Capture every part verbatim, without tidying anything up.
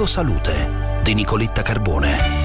Obiettivo Salute di Nicoletta Carbone.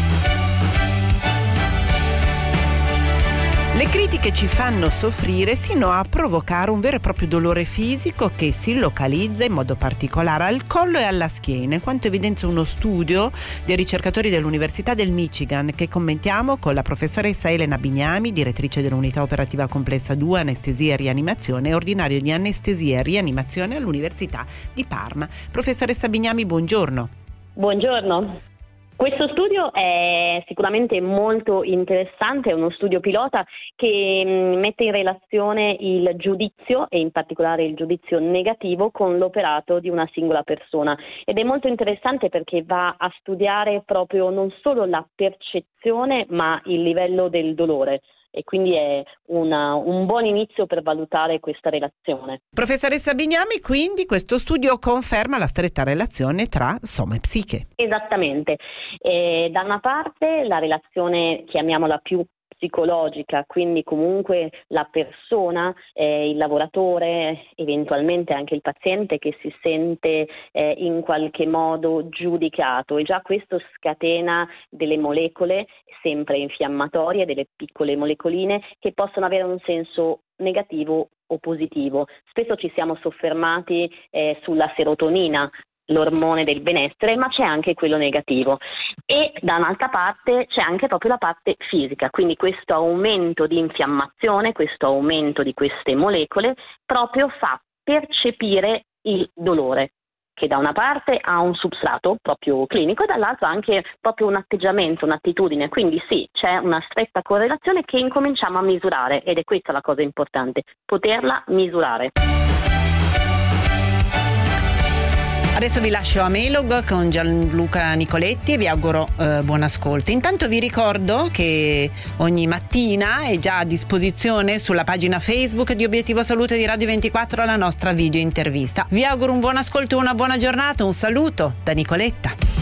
Le critiche ci fanno soffrire sino a provocare un vero e proprio dolore fisico che si localizza in modo particolare al collo e alla schiena, quanto evidenzia uno studio dei ricercatori dell'Università del Michigan che commentiamo con la professoressa Elena Bignami, direttrice dell'Unità Operativa Complessa due Anestesia e Rianimazione e ordinario di Anestesia e Rianimazione all'Università di Parma. Professoressa Bignami, buongiorno. Buongiorno. Questo studio è sicuramente molto interessante, è uno studio pilota che mette in relazione il giudizio e in particolare il giudizio negativo con l'operato di una singola persona ed è molto interessante perché va a studiare proprio non solo la percezione ma il livello del dolore. E quindi è una, un buon inizio per valutare questa relazione. Professoressa Bignami, quindi questo studio conferma la stretta relazione tra soma e psiche. Esattamente. E da una parte la relazione, chiamiamola più psicologica, quindi comunque la persona, eh, il lavoratore, eventualmente anche il paziente che si sente eh, in qualche modo giudicato e già questo scatena delle molecole sempre infiammatorie, delle piccole molecoline che possono avere un senso negativo o positivo. Spesso ci siamo soffermati eh, sulla serotonina, l'ormone del benessere, ma c'è anche quello negativo e da un'altra parte c'è anche proprio la parte fisica, quindi questo aumento di infiammazione, questo aumento di queste molecole proprio fa percepire il dolore, che da una parte ha un substrato proprio clinico e dall'altro anche proprio un atteggiamento, un'attitudine, quindi sì, c'è una stretta correlazione che incominciamo a misurare ed è questa la cosa importante, poterla misurare. Adesso vi lascio a Melog con Gianluca Nicoletti e vi auguro eh, buon ascolto. Intanto vi ricordo che ogni mattina è già a disposizione sulla pagina Facebook di Obiettivo Salute di Radio ventiquattro la nostra video intervista. Vi auguro un buon ascolto e una buona giornata. Un saluto da Nicoletta.